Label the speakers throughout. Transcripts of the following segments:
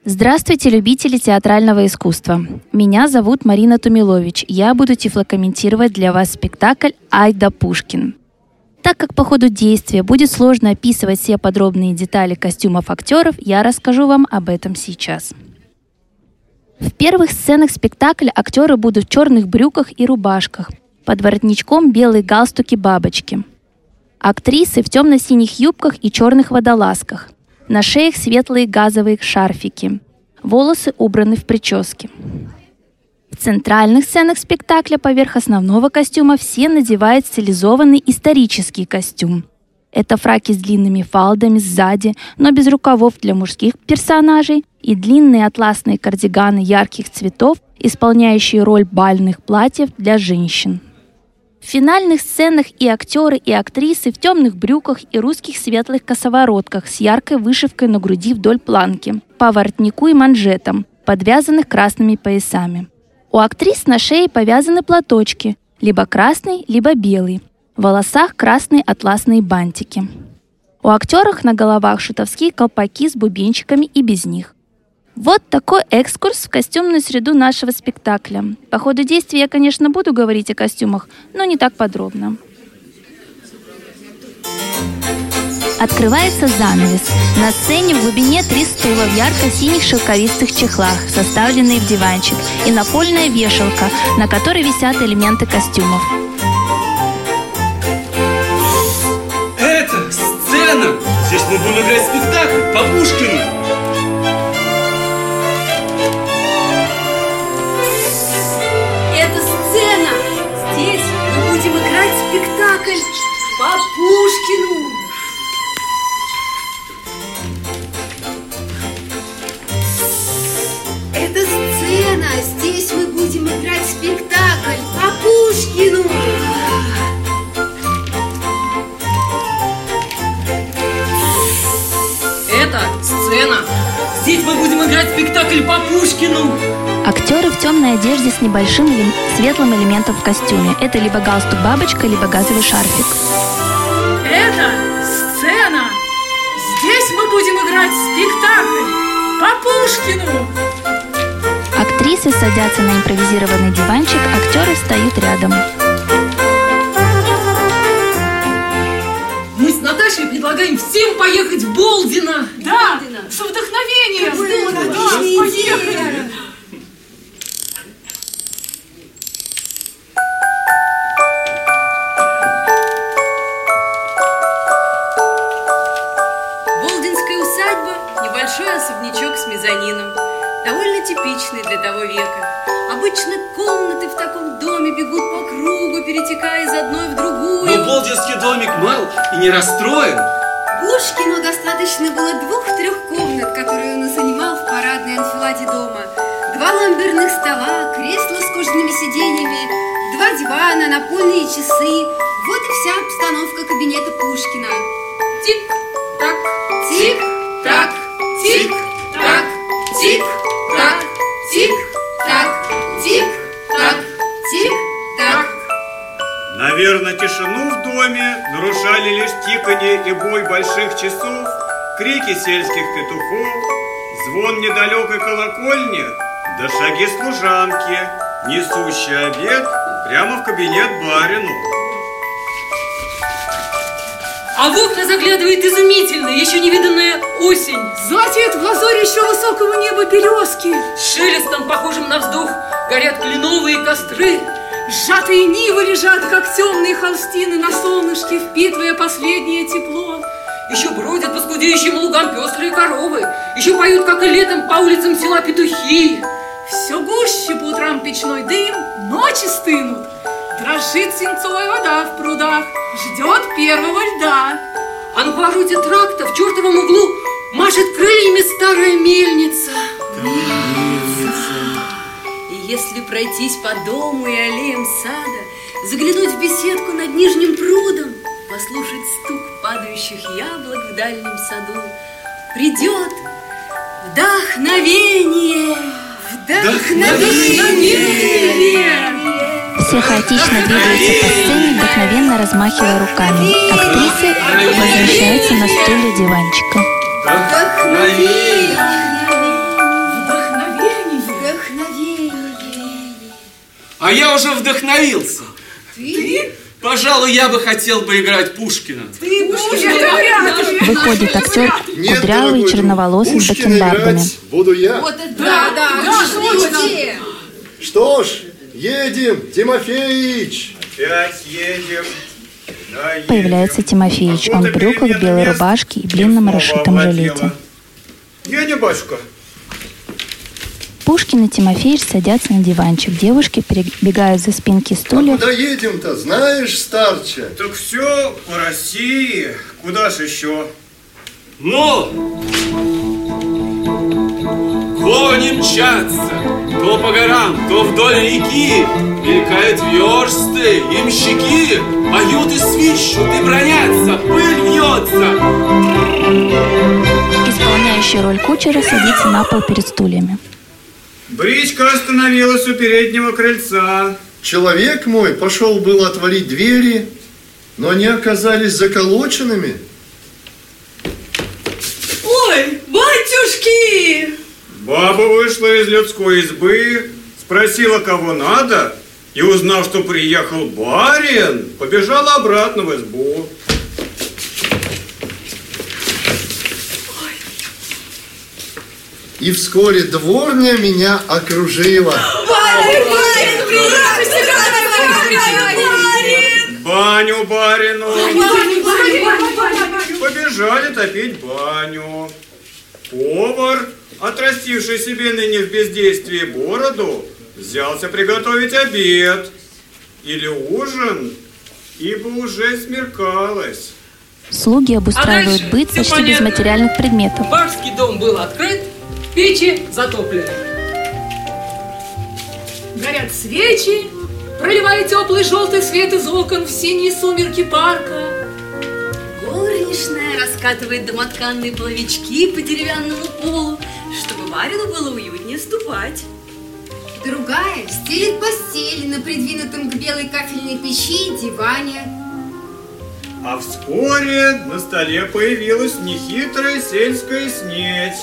Speaker 1: Здравствуйте, любители театрального искусства. Меня зовут Марина Тумилович. Я буду тифлокомментировать для вас спектакль «Ай да Пушкин». Так как по ходу действия будет сложно описывать все подробные детали костюмов актеров, я расскажу вам об этом сейчас. В первых сценах спектакля актеры будут в черных брюках и рубашках, под воротничком белые галстуки-бабочки. Актрисы в темно-синих юбках и черных водолазках. На шеях светлые газовые шарфики. Волосы убраны в прически. В центральных сценах спектакля поверх основного костюма все надевают стилизованный исторический костюм. Это фраки с длинными фалдами сзади, но без рукавов для мужских персонажей, и длинные атласные кардиганы ярких цветов, исполняющие роль бальных платьев для женщин. В финальных сценах и актеры, и актрисы в темных брюках и русских светлых косоворотках с яркой вышивкой на груди вдоль планки, по воротнику и манжетам, подвязанных красными поясами. У актрис на шее повязаны платочки, либо красный, либо белый. В волосах красные атласные бантики. У актеров на головах шутовские колпаки с бубенчиками и без них. Вот такой экскурс в костюмную среду нашего спектакля. По ходу действия я, конечно, буду говорить о костюмах, но не так подробно. Открывается занавес. На сцене в глубине 3 стула в ярко-синих шелковистых чехлах, составленные в диванчик, и напольная вешалка, на которой висят элементы костюмов.
Speaker 2: Это сцена! Здесь мы будем играть спектакль по Пушкину!
Speaker 3: Здесь мы будем играть спектакль по Пушкину. Это сцена. Здесь мы будем играть спектакль по Пушкину.
Speaker 4: Это сцена. Здесь мы будем играть спектакль по Пушкину.
Speaker 1: Актеры в темной одежде с небольшим светлым элементом в костюме. Это либо галстук-бабочка, либо газовый шарфик.
Speaker 3: Это сцена. Здесь мы будем играть спектакль по Пушкину.
Speaker 1: Актрисы садятся на импровизированный диванчик, актеры встают рядом.
Speaker 4: Мы с Наташей предлагаем всем поехать в Болдино.
Speaker 3: Да, с вдохновением. Да, поехали.
Speaker 5: Небольшой особнячок с мезонином, довольно типичный для того века. Обычно комнаты в таком доме бегут по кругу, перетекая из одной в другую.
Speaker 2: Но болдинский домик мал и не расстроен.
Speaker 5: Пушкину достаточно было 2-3 комнат, которые он занимал в парадной анфиладе дома. 2 ламберных стола, кресла с кожаными сиденьями, 2 дивана, напольные часы. Вот и вся обстановка кабинета Пушкина. Тик-так, тик-так. Тик-так, тик-так, тик-так, тик-так, тик-так.
Speaker 6: Наверное, тишину в доме нарушали лишь тиканье и бой больших часов, крики сельских петухов, звон недалекой колокольни, да шаги служанки, несущие обед прямо в кабинет барину.
Speaker 4: А в окна заглядывает изумительная, еще невиданная осень.
Speaker 3: Золотеют в лазуре еще высокого неба березки.
Speaker 4: С шелестом, похожим на вздох, горят кленовые костры.
Speaker 3: Сжатые нивы лежат, как темные холстины на солнышке, впитывая последнее тепло.
Speaker 4: Еще бродят по скудеющим лугам пестрые коровы. Еще поют, как и летом, по улицам села петухи.
Speaker 3: Все гуще по утрам печной дым, ночи стынут. Дрожит свинцовая вода в прудах, ждет первого льда.
Speaker 4: А на повороте тракта в чертовом углу машет крыльями старая мельница.
Speaker 5: И если пройтись по дому и аллеям сада, заглянуть в беседку над нижним прудом, послушать стук падающих яблок в дальнем саду, придет вдохновение.
Speaker 1: Все хаотично двигаются по сцене, вдохновенно размахивая руками. Актрисы возвращаются на стуле диванчика.
Speaker 2: Вдохновение. А я уже вдохновился.
Speaker 3: Ты?
Speaker 2: Пожалуй, я бы хотел поиграть Пушкина.
Speaker 3: Ты Пушкин?
Speaker 1: Выходит актер кудрявый, черноволосый, с бакенбардами.
Speaker 7: Буду я.
Speaker 5: Вот это
Speaker 3: Да, точно.
Speaker 7: Что ж, едем, Тимофеич.
Speaker 6: Опять едем. Да, едем.
Speaker 1: Появляется Тимофеич. Он в брюках, белой рубашке и длинном расшитом жилете.
Speaker 6: Едем, батюшка.
Speaker 1: Пушкин и Тимофеич садятся на диванчик. Девушки перебегают за спинки
Speaker 7: А
Speaker 1: стульев.
Speaker 7: куда едем-то, знаешь, старче?
Speaker 6: Так все по России. Куда ж еще?
Speaker 2: Ну, кони мчатся, то по горам, то вдоль реки, мелькают версты, ямщики, поют и свищут, и бронятся, пыль вьется.
Speaker 1: Исполняющий роль кучера садится на пол перед стульями.
Speaker 6: Бричка остановилась у переднего крыльца.
Speaker 7: Человек мой пошел было отворить двери, но они оказались заколоченными.
Speaker 5: Ой, батюшки!
Speaker 6: Баба вышла из людской избы, спросила, кого надо, и, узнав, что приехал барин, побежала обратно в избу.
Speaker 7: И вскоре дворня меня окружила.
Speaker 6: Баню барину. Побежали топить баню. Повар, отрастивший себе ныне в бездействии бороду, взялся приготовить обед или ужин, ибо уже смеркалось.
Speaker 1: Слуги обустраивают быт
Speaker 4: всё
Speaker 1: почти без
Speaker 4: понятно.
Speaker 1: материальных предметов.
Speaker 4: Барский дом был открыт, печи затоплены.
Speaker 3: Горят свечи, проливая теплый желтый свет из окон в синие сумерки парка.
Speaker 5: Горничная раскатывает домотканные половички по деревянному полу, чтобы барину было уютнее ступать.
Speaker 8: Другая стелит постель на придвинутом к белой кафельной печи диване.
Speaker 6: А вскоре на столе появилась нехитрая сельская снеть.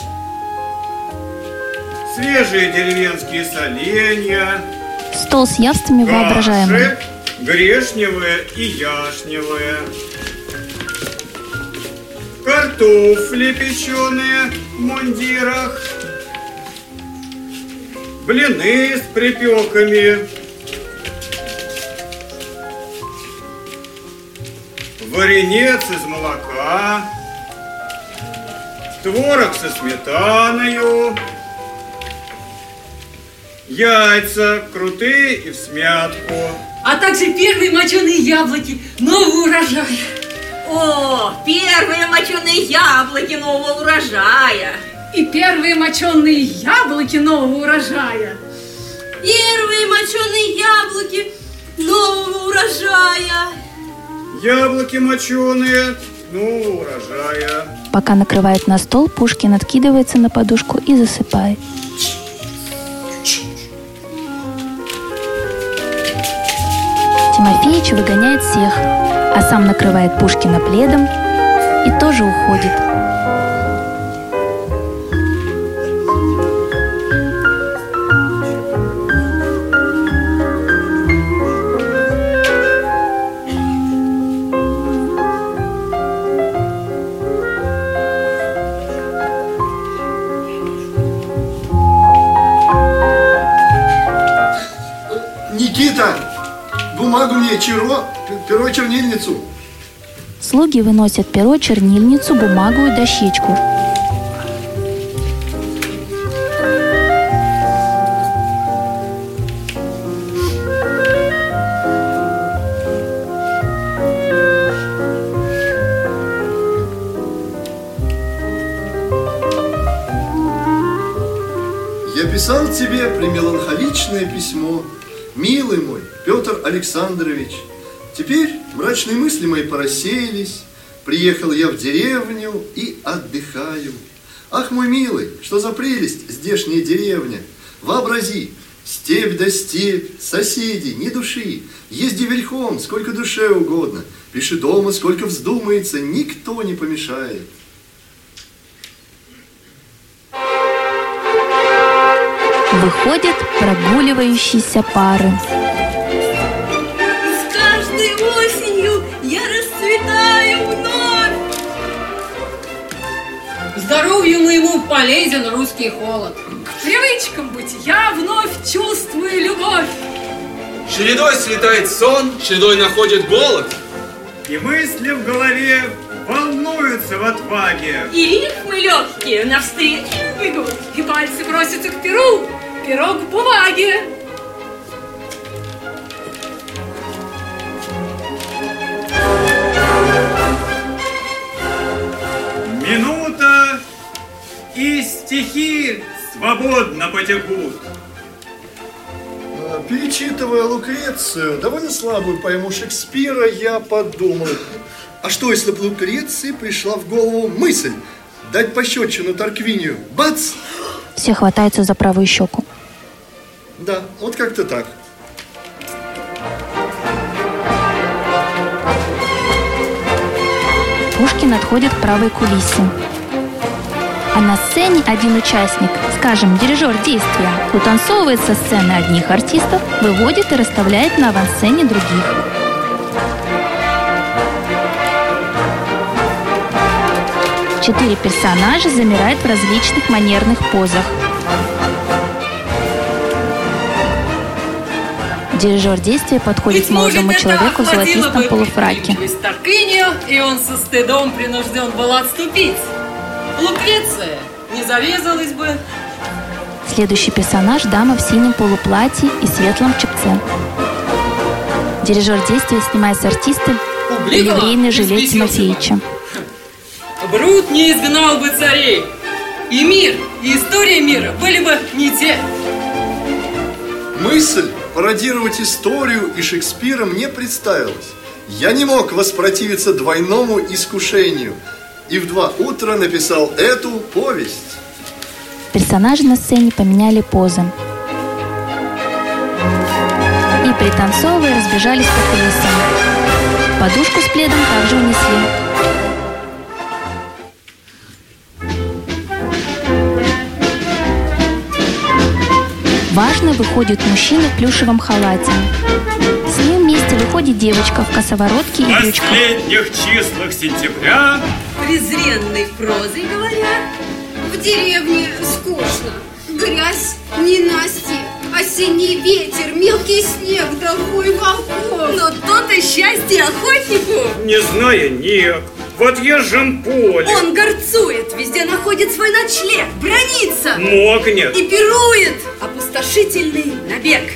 Speaker 6: Свежие деревенские соленья,
Speaker 1: Стол с явствами воображаемыми.
Speaker 6: каши, грешневые и яшневые, картофли печеные в мундирах, блины с припеками, варенец из молока, творог со сметаною, яйца крутые и всмятку.
Speaker 4: А также первые моченые яблоки нового урожая.
Speaker 5: О, первые моченые яблоки нового урожая!
Speaker 3: И первые моченые яблоки нового урожая.
Speaker 5: Первые моченые яблоки нового урожая!
Speaker 6: Яблоки моченые, ну, урожая.
Speaker 1: Пока накрывает на стол, Пушкин откидывается на подушку и засыпает. Тимофеич выгоняет всех, а сам накрывает Пушкина пледом и тоже уходит.
Speaker 7: Никита, бумагу мне, перо, чернильницу.
Speaker 1: Слуги выносят перо, чернильницу, бумагу и дощечку.
Speaker 7: Я писал тебе премеланхоличное письмо, милый мой Петр Александрович. Теперь мрачные мысли мои порассеялись, приехал я в деревню и отдыхаю. Ах, мой милый, что за прелесть здешняя деревня! Вообрази, степь да степь, соседи, ни души, езди верхом, сколько душе угодно, пиши дома, сколько вздумается, никто не помешает.
Speaker 1: Выходят прогуливающиеся пары.
Speaker 4: здоровью моему полезен русский холод.
Speaker 3: К привычкам бытия вновь чувствую любовь.
Speaker 2: Чередой слетает сон, чередой находит голод.
Speaker 6: И мысли в голове волнуются в отваге.
Speaker 5: И рифмы легкие навстречу бегут.
Speaker 3: И пальцы бросятся к перу, перо к бумаге.
Speaker 6: Минута, и стихи свободно потекут.
Speaker 7: Перечитывая Лукрецию, довольно слабую поэму Шекспира, я подумал, а что, если бы Лукреции пришла в голову мысль дать пощечину Тарквинию? Бац!
Speaker 1: Все хватаются за правую щеку.
Speaker 7: Да, вот как-то так.
Speaker 1: Пушкин отходит к правой кулисе. А на сцене один участник, скажем, дирижер действия, утанцовывает со сцены одних артистов, выводит и расставляет на авансцене других. Четыре персонажа замирают в различных манерных позах. Дирижер действия подходит к молодому человеку в золотистом полуфраке.
Speaker 4: Тарквинию, и он со стыдом принужден был отступить. Лукреция не завязалась бы.
Speaker 1: Следующий персонаж – дама в синем полуплатье и светлом чепце. Дирижер действия снимает с артиста ливрейный жилет Тимофеича.
Speaker 4: Брут не изгнал бы царей. И мир, и история мира были бы не те.
Speaker 7: Мысль пародировать историю и Шекспира мне представилась. Я не мог воспротивиться двойному искушению и в 2 утра написал эту повесть.
Speaker 1: Персонажи на сцене поменяли позы. И, пританцовывая, разбежались по кулисам. Подушку с пледом также унесли. Важно выходит мужчина в плюшевом халате. С ним вместе выходит девочка в косоворотке и брючках.
Speaker 6: В последних числах сентября,
Speaker 5: Презренной прозой говоря,
Speaker 8: В деревне скучно. Грязь, ненастье, осенний ветер, мелкий снег, да вой волков.
Speaker 5: но то-то счастье охотнику.
Speaker 6: не зная нек, в отъезжем поле,
Speaker 5: Он горцует, везде находит свой ночлег, бронится
Speaker 6: мокнет.
Speaker 5: и пирует. Опустошительный набег.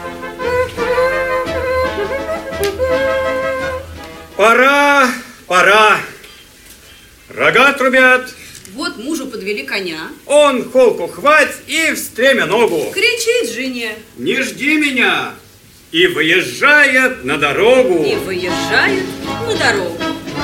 Speaker 6: Пора, пора. Рога трубят,
Speaker 5: Вот мужу подвели коня.
Speaker 6: он холку хвать и в стремя ногу.
Speaker 5: Кричит жене.
Speaker 6: Не жди меня. И выезжает на дорогу.
Speaker 5: И выезжает на дорогу.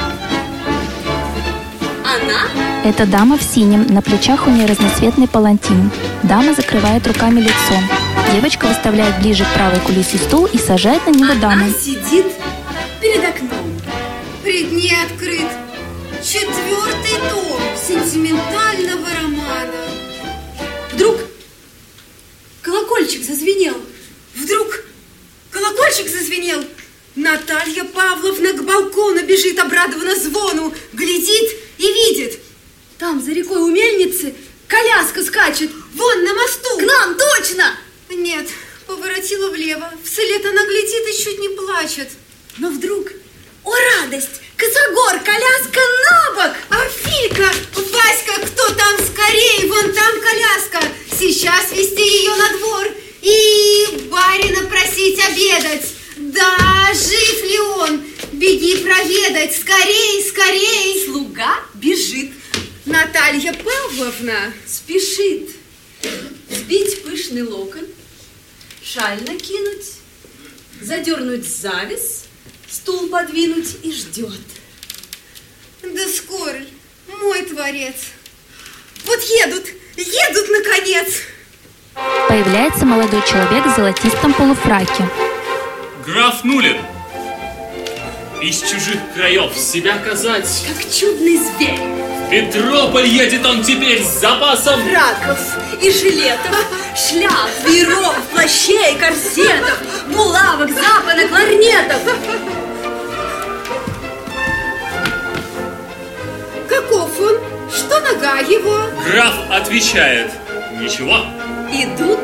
Speaker 5: Она
Speaker 1: Это дама в синем, на плечах у нее разноцветный палантин. Дама закрывает руками лицо. Девочка выставляет ближе к правой кулисе стул и сажает на него даму.
Speaker 5: сидит перед окном.
Speaker 8: Пред ней открыт 4-й том сентиментального романа.
Speaker 5: Вдруг колокольчик зазвенел.
Speaker 8: Вдруг колокольчик зазвенел. Наталья Павловна к балкону бежит, обрадованно звону, глядит и видит.
Speaker 5: Там за рекой у мельницы коляска скачет.
Speaker 8: Вон на мосту.
Speaker 5: К нам, точно!
Speaker 8: Нет, поворотила влево. Вслед она глядит и чуть не плачет.
Speaker 5: Но вдруг, о радость, косогор, коляска на бок!
Speaker 8: А Филька, Васька, кто там скорей? Вон там коляска. Сейчас вести ее на двор и барина просить обедать. Да, жив ли он? Беги проведать. Скорей, скорей.
Speaker 5: Слуга бежит,
Speaker 8: Наталья Павловна
Speaker 5: спешит сбить пышный локон, шаль накинуть, задернуть завес, стул подвинуть и ждет.
Speaker 8: Да скоро ли, мой творец. Вот едут наконец.
Speaker 1: Появляется молодой человек в золотистом полуфраке.
Speaker 9: Граф Нулин. Из чужих краев себя казать.
Speaker 5: Как чудный зверь.
Speaker 9: В Петрополь едет он теперь с запасом
Speaker 5: Раков и жилетов, шляп, вееров, плащей, корсетов, булавок, запонок, ларнетов.
Speaker 8: Каков он? Что нога его?
Speaker 9: Граф отвечает: ничего.
Speaker 5: Идут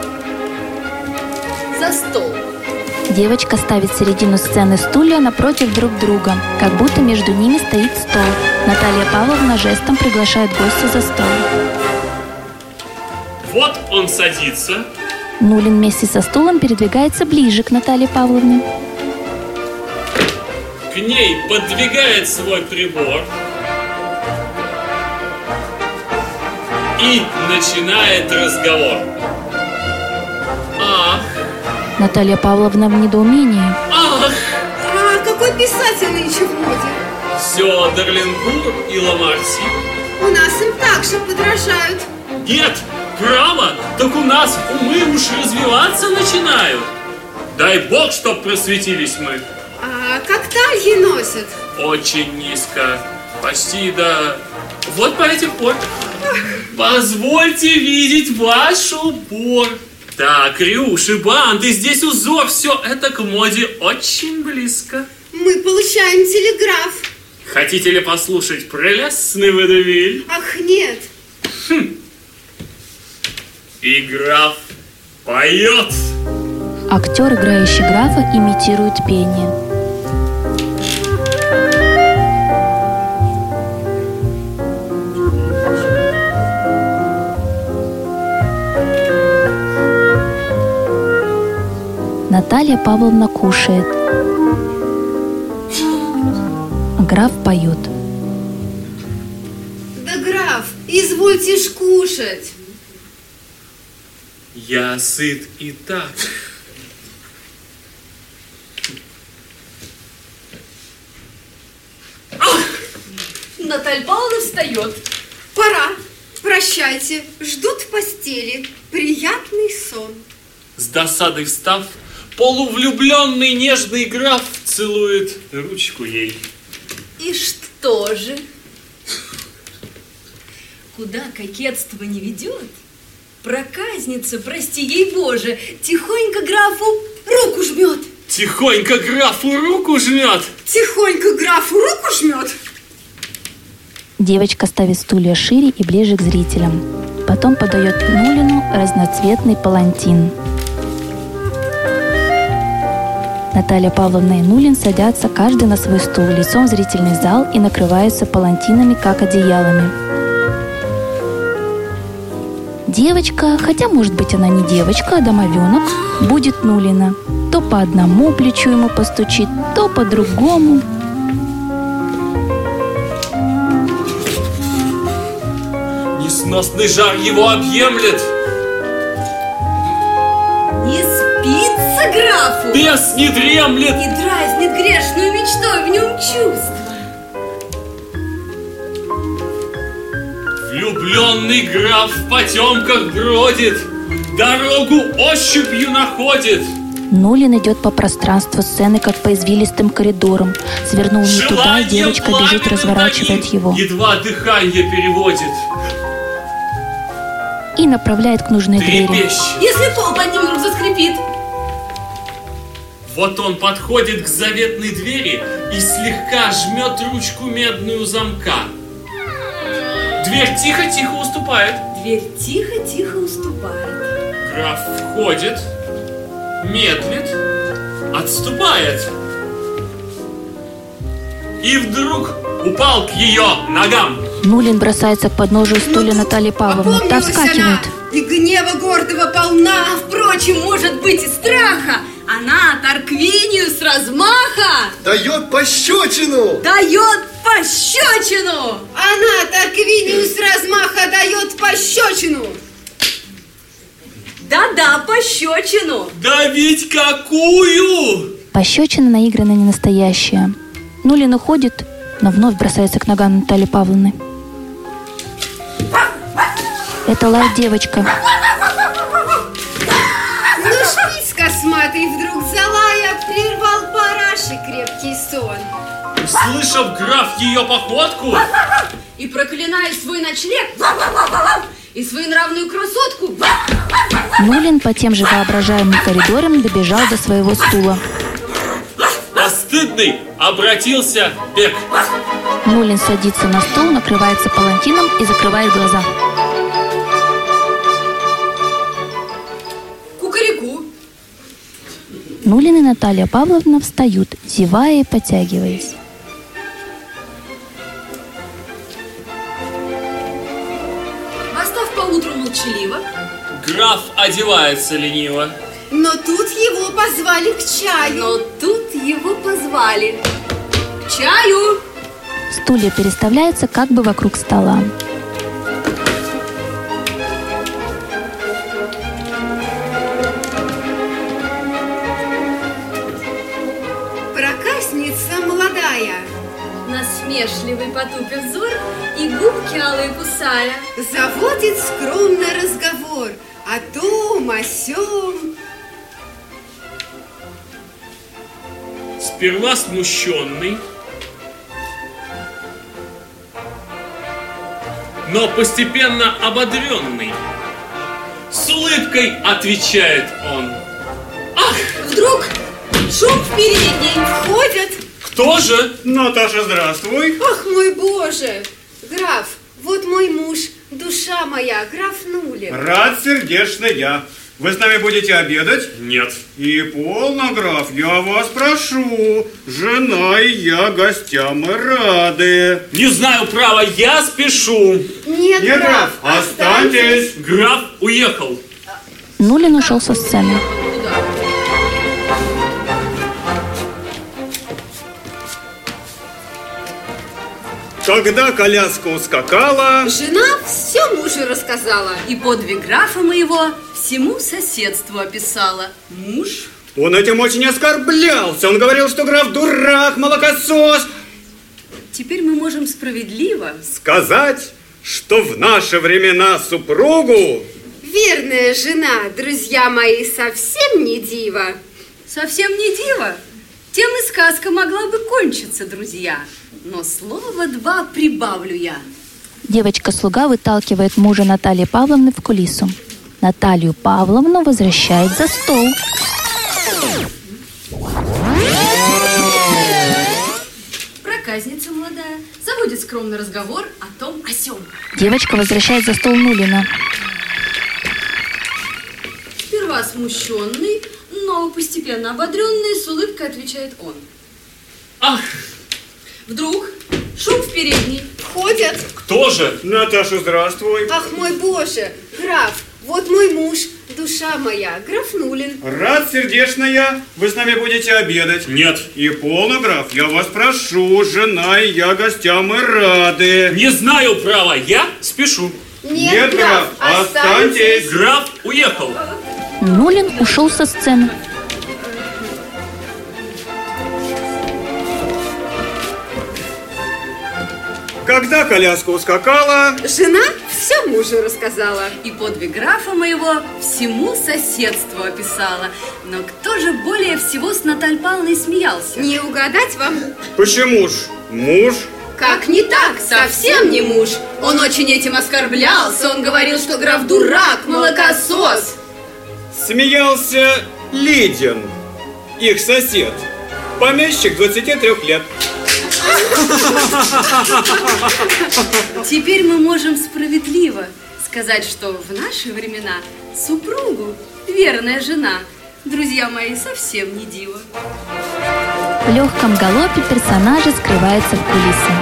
Speaker 5: за стол.
Speaker 1: Девочка ставит в середину сцены стулья напротив друг друга, как будто между ними стоит стол. Наталья Павловна жестом приглашает гостя за стол.
Speaker 9: Вот он садится.
Speaker 1: Нулин вместе со стулом передвигается ближе к Наталье Павловне.
Speaker 9: К ней подвигает свой прибор и начинает разговор. Ах!
Speaker 1: Наталья Павловна в недоумении.
Speaker 9: Ах!
Speaker 8: А какой писатель нынче в моде?
Speaker 9: Все Дарлинкур и Ламарси.
Speaker 8: У нас им также подражают.
Speaker 9: Нет, право, так у нас умы уж развиваться начинают. Дай бог, чтоб просветились мы.
Speaker 8: А как тальи носят?
Speaker 9: Очень низко, почти до... Вот по этим пор. Позвольте видеть ваш убор. Так, рюши, банты, здесь узор, все это к моде очень близко.
Speaker 8: Мы получаем телеграф.
Speaker 9: Хотите ли послушать прелестный водевиль?
Speaker 8: Ах, нет.
Speaker 9: И граф поет.
Speaker 1: Актер, играющий графа, имитирует пение. Наталья Павловна кушает. Граф поет.
Speaker 8: Да, граф, извольте ж кушать.
Speaker 9: Я сыт и так.
Speaker 5: Наталья Павловна встает.
Speaker 8: Пора. Прощайте. Ждут в постели. Приятный сон.
Speaker 9: С досадой встав, полувлюбленный нежный граф целует ручку ей.
Speaker 5: И что же? Куда кокетство не ведет? Проказница, прости ей Боже, тихонько графу руку жмет.
Speaker 9: Тихонько графу руку жмет.
Speaker 8: Тихонько графу руку жмет.
Speaker 1: Девочка ставит стулья шире и ближе к зрителям. Потом подает Нулину разноцветный палантин. Наталья Павловна и Нулин садятся каждый на свой стул лицом в зрительный зал и накрываются палантинами, как одеялами. Девочка, хотя, может быть, она не девочка, а домовенок, будет Нулина. То по одному плечу ему постучит, то по другому.
Speaker 9: Несносный жар его объемлет.
Speaker 5: Не спится графу.
Speaker 9: Бес не дремлет.
Speaker 5: И дразнит грешную мечтой в нем чувства.
Speaker 9: Влюбленный граф в потемках бродит, дорогу ощупью находит.
Speaker 1: Нулин идет по пространству сцены, как по извилистым коридорам. Свернул не туда, и девочка бежит, разворачивает его.
Speaker 9: Едва дыхание переводит.
Speaker 1: И направляет к нужной двери.
Speaker 5: Если пол под ним вдруг заскрипит.
Speaker 9: Вот он подходит к заветной двери и слегка жмет ручку медную замка. Дверь тихо-тихо уступает.
Speaker 5: Дверь тихо-тихо уступает.
Speaker 9: Граф входит, медлит, отступает. И вдруг упал к ее ногам.
Speaker 1: Нулин бросается к подножию стуля Натальи Павловны. Та вскакивает.
Speaker 8: И гнева гордого полна.
Speaker 5: А, впрочем, может быть и страха. Она Тарквинию с размаха
Speaker 7: дает пощечину.
Speaker 5: Дает пощечину.
Speaker 8: Она Тарквинию с размаха дает пощечину.
Speaker 5: Да-да, пощечину.
Speaker 9: Да ведь какую!
Speaker 1: Пощечина наиграна не настоящая. Нулин уходит, но вновь бросается к ногам Натальи Павловны. Это лает девочка.
Speaker 8: Ну, шпиц косматый вдруг залая прервал параши крепкий сон.
Speaker 9: Услышав граф ее походку
Speaker 5: и проклиная свой ночлег и свою нравную красотку,
Speaker 1: Нулин по тем же воображаемым коридорам добежал до своего стула.
Speaker 9: постыдный, обратился бег.
Speaker 1: Нулин садится на стул, накрывается палантином и закрывает глаза.
Speaker 5: Кукареку.
Speaker 1: Нулин и Наталья Павловна встают, зевая и потягиваясь.
Speaker 5: Остав поутру молчаливо.
Speaker 9: Граф одевается лениво.
Speaker 8: Но тут его позвали к чаю.
Speaker 5: К чаю.
Speaker 1: Стулья переставляются как бы вокруг стола.
Speaker 8: Проказница молодая,
Speaker 5: Насмешливый потупив взор и губки алые кусая.
Speaker 8: заводит скромный разговор о том, о сём.
Speaker 9: Сперва смущенный, но постепенно ободренный, с улыбкой отвечает он.
Speaker 5: Вдруг шум в передней.
Speaker 8: Входят.
Speaker 9: Кто же?
Speaker 6: Наташа, здравствуй.
Speaker 8: Ах, мой Боже! Граф, вот мой муж, душа моя, граф Нулин.
Speaker 6: Рад сердечно я. Вы с нами будете обедать?
Speaker 9: Нет.
Speaker 6: И полно, граф, я вас прошу. Жена и я гостям мы рады.
Speaker 9: Не знаю, право, я спешу.
Speaker 8: Нет,
Speaker 6: Нет, граф, останьтесь.
Speaker 9: Граф уехал.
Speaker 1: Нулин ушел со сцены.
Speaker 6: Когда коляска ускакала,
Speaker 8: Жена все мужу рассказала.
Speaker 5: И подвиг графа моего всему соседству описала. Муж?
Speaker 6: он этим очень оскорблялся. Он говорил, что граф дурак, молокосос.
Speaker 5: Теперь мы можем справедливо
Speaker 6: Сказать, что в наши времена супругу
Speaker 8: Верная жена, друзья мои, совсем не дива.
Speaker 5: совсем не диво. Тем и сказка могла бы кончиться, друзья. Но слово два прибавлю я.
Speaker 1: Девочка-слуга выталкивает мужа Натальи Павловны в кулису. Наталью Павловну возвращает за стол.
Speaker 5: Проказница молодая заводит скромный разговор о том, о сём.
Speaker 1: Девочка возвращает за стол Нулина.
Speaker 5: Сперва смущенный, но постепенно ободренный, с улыбкой отвечает он.
Speaker 9: Ах,
Speaker 5: Вдруг шум в передней.
Speaker 8: Входят.
Speaker 9: кто же?
Speaker 6: Наташа, здравствуй.
Speaker 8: Ах, мой Боже! Граф, вот мой муж, душа моя, граф Нулин.
Speaker 6: Рад сердечно я. Вы с нами будете обедать?
Speaker 9: Нет.
Speaker 6: И полно, граф, я вас прошу. Жена и я гостям мы рады.
Speaker 9: Не знаю, право, я спешу.
Speaker 8: Нет, граф, останьтесь.
Speaker 9: Граф уехал.
Speaker 1: Нулин ушел со сцены.
Speaker 6: Когда коляска ускакала,
Speaker 8: Жена все мужу рассказала.
Speaker 5: И подвиг графа моего всему соседству описала. Но кто же более всего с Натальей Павловной смеялся?
Speaker 8: Не угадать вам?
Speaker 6: почему ж муж?
Speaker 8: Как не так? Совсем не муж. Он очень этим оскорблялся. Он говорил, что граф дурак, молокосос.
Speaker 6: Смеялся Лидин, их сосед, помещик 23 лет.
Speaker 5: Теперь мы можем справедливо сказать, что в наши времена супругу верная жена, друзья мои, совсем не диво.
Speaker 1: В легком галопе персонажи скрываются в кулисе.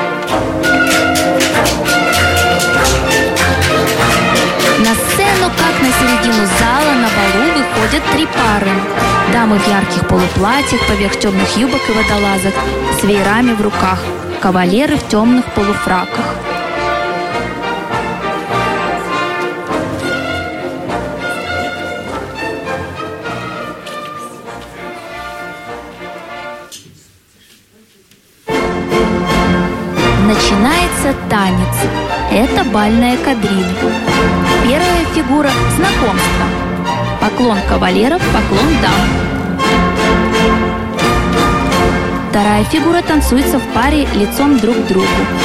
Speaker 1: На сцену, как на середину зала, на балу выходят три пары. Дамы в ярких полуплатьях, поверх темных юбок и водолазок, с веерами в руках. Кавалеры в темных полуфраках. Начинается танец. Это бальная кадриль. Первая фигура – знакомство. Поклон кавалеров, поклон дам. Вторая фигура танцуется в паре лицом друг к другу.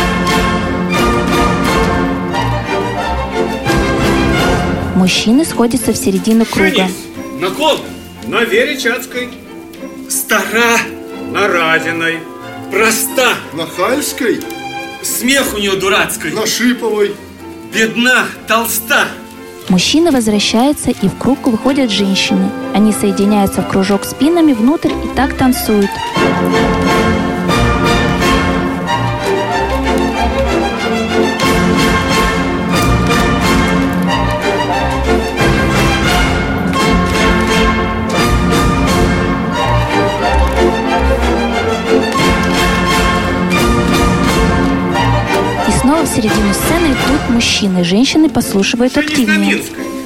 Speaker 1: Мужчины сходятся в середину круга.
Speaker 6: Женись.
Speaker 9: На ком?
Speaker 6: На Вере Чацкой.
Speaker 9: Стара,
Speaker 6: Нарадиной.
Speaker 2: Проста.
Speaker 7: Нахальской,
Speaker 2: Смех у нее дурацкий.
Speaker 7: Нашиповой.
Speaker 2: Бедна, толста.
Speaker 1: Мужчина возвращается, и в круг выходят женщины. Они соединяются в кружок спинами внутрь и так танцуют. В середину сцены идут мужчины, женщины послушивают активнее.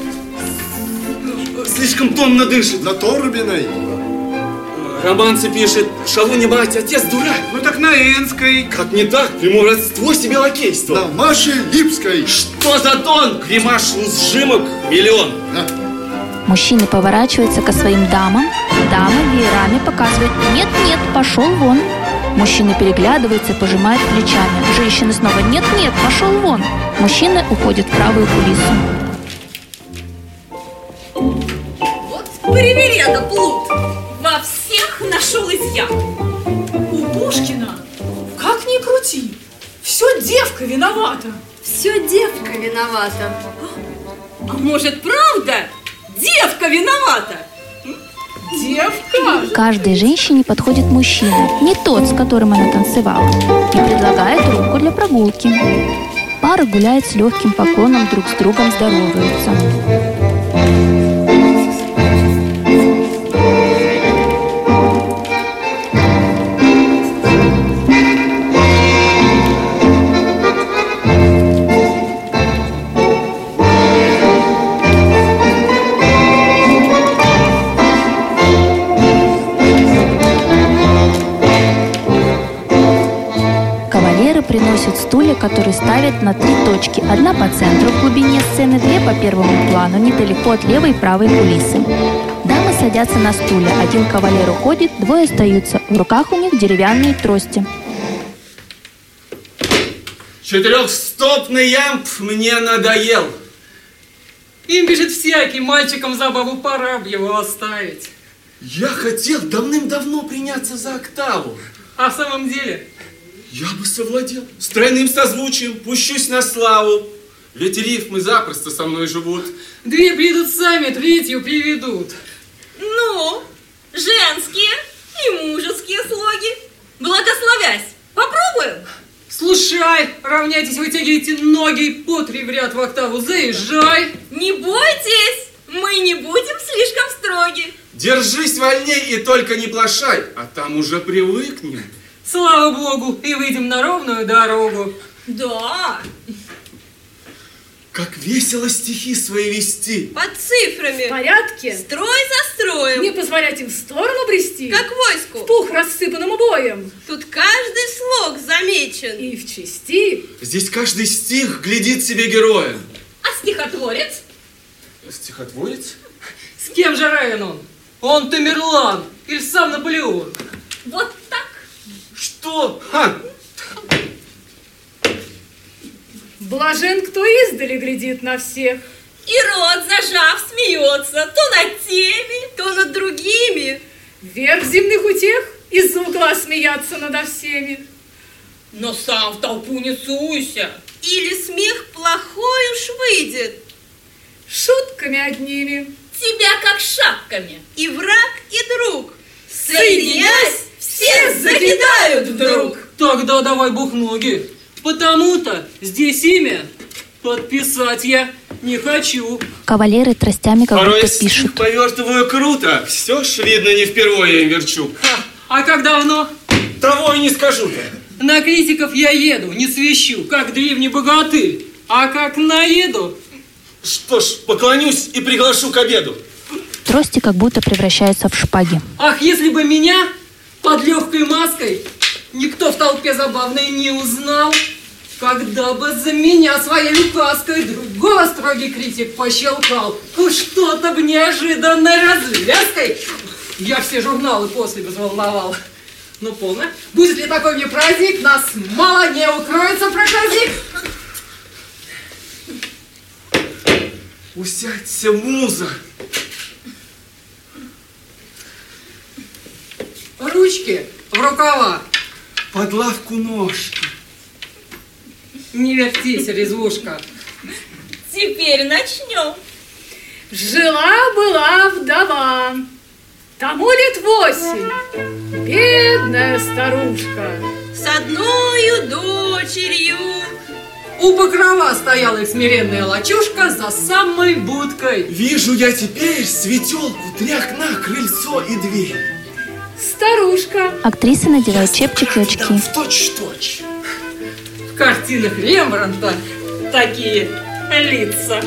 Speaker 2: Слишком томно дышит.
Speaker 7: На Торбиной.
Speaker 2: Романсы пишет, шалунья мать, отец дурак.
Speaker 6: Ну так на Энской.
Speaker 2: Как не так, прямое родство себе лакейство.
Speaker 7: На Маше Липской.
Speaker 2: Что за тон? Гримашу сжимок миллион.
Speaker 1: Мужчины поворачиваются ко своим дамам. Дамы веерами показывают: нет-нет, пошел вон. Мужчины переглядываются, пожимают плечами. Женщины снова: нет-нет, пошел вон. Мужчины уходят в правую кулису.
Speaker 5: Вот привереда плут. Во всех нашел изъян.
Speaker 3: У Пушкина, как ни крути, все девка виновата.
Speaker 5: Все девка виновата. А может, правда, девка виновата?
Speaker 3: Девка?
Speaker 1: Каждой женщине подходит мужчина, не тот, с которым она танцевала, и предлагает руку для прогулки. Пара гуляет с легким поклоном, друг с другом здороваются. Приносят стулья, которые ставят на 3 точки. Одна по центру в глубине сцены, 2 по первому плану, недалеко от левой и правой кулисы. Дамы садятся на стулья. Один кавалер уходит, 2 остаются. В руках у них деревянные трости.
Speaker 2: Четырехстопный ямб мне надоел.
Speaker 4: Им бежит всякий, мальчикам забаву, пора бы его оставить.
Speaker 2: Я хотел давным-давно приняться за октаву.
Speaker 4: А в самом деле...
Speaker 2: Я бы совладел. С тройным созвучием пущусь на славу. Ведь рифмы запросто со мной живут.
Speaker 4: 2 придут сами, 3 приведут.
Speaker 5: Ну, женские и мужеские слоги. Благословясь, попробуем.
Speaker 4: Слушай, равняйтесь, вытягивайте ноги, по 3 в ряд в октаву, заезжай.
Speaker 5: Не бойтесь, мы не будем слишком строги.
Speaker 2: Держись вольней и только не плашай, а там уже привыкнем.
Speaker 4: Слава Богу, и выйдем на ровную дорогу.
Speaker 5: Да.
Speaker 2: Как весело стихи свои вести.
Speaker 5: Под цифрами.
Speaker 3: В порядке?
Speaker 5: Строй за строем.
Speaker 3: Не позволять им в сторону брести?
Speaker 5: Как войску.
Speaker 3: В пух рассыпанному боем.
Speaker 5: Тут каждый слог замечен.
Speaker 3: И в части.
Speaker 2: Здесь каждый стих глядит себе героя.
Speaker 5: А стихотворец?
Speaker 2: Стихотворец?
Speaker 4: С кем же равен он? Он Тамерлан или сам Наполеон?
Speaker 5: Вот так.
Speaker 2: Что? Ха!
Speaker 3: Блажен, кто издали глядит на всех.
Speaker 5: И рот зажав смеется то над теми, то над другими.
Speaker 3: Верх земных утех из-за угла смеяться надо всеми.
Speaker 5: Но сам в толпу не суйся. Или смех плохой уж выйдет.
Speaker 3: Шутками одними.
Speaker 5: Тебя как шапками. И враг, и друг. Соединясь, все закидают вдруг.
Speaker 4: Тогда давай бухноги. Потому-то здесь имя подписать я не хочу.
Speaker 1: Кавалеры тростями как
Speaker 2: порой
Speaker 1: будто пишут.
Speaker 2: Повертываю круто. Все ж видно, не впервые я им верчу.
Speaker 4: А как давно?
Speaker 2: Того и не скажу-то.
Speaker 4: На критиков я еду, не свищу, как древний богатырь. А как наеду...
Speaker 2: Что ж, поклонюсь и приглашу к обеду.
Speaker 1: Трости как будто превращаются в шпаги.
Speaker 4: Ах, если бы меня под легкой маской никто в толпе забавной не узнал, когда бы за меня своей указкой другого строгий критик пощелкал. Что-то б неожиданной развязкой я все журналы после бы взволновал. Ну, полно. Будет ли такой мне праздник, нас мало не укроется проказник.
Speaker 2: Усядься, муза.
Speaker 4: Русь ручки в рукава.
Speaker 2: Под лавку ножки.
Speaker 4: Не вертись, резвушка.
Speaker 5: Теперь начнем.
Speaker 3: Жила-была вдова, тому лет 8, бедная старушка.
Speaker 5: С одною дочерью.
Speaker 4: У покрова стояла смиренная лачушка за самой будкой.
Speaker 2: Вижу я теперь светелку, 3 окна, крыльцо и дверь.
Speaker 3: Старушка.
Speaker 1: Актриса надевает чепчик и очки.
Speaker 2: В точь-точь.
Speaker 4: В картинах Рембрандта такие лица.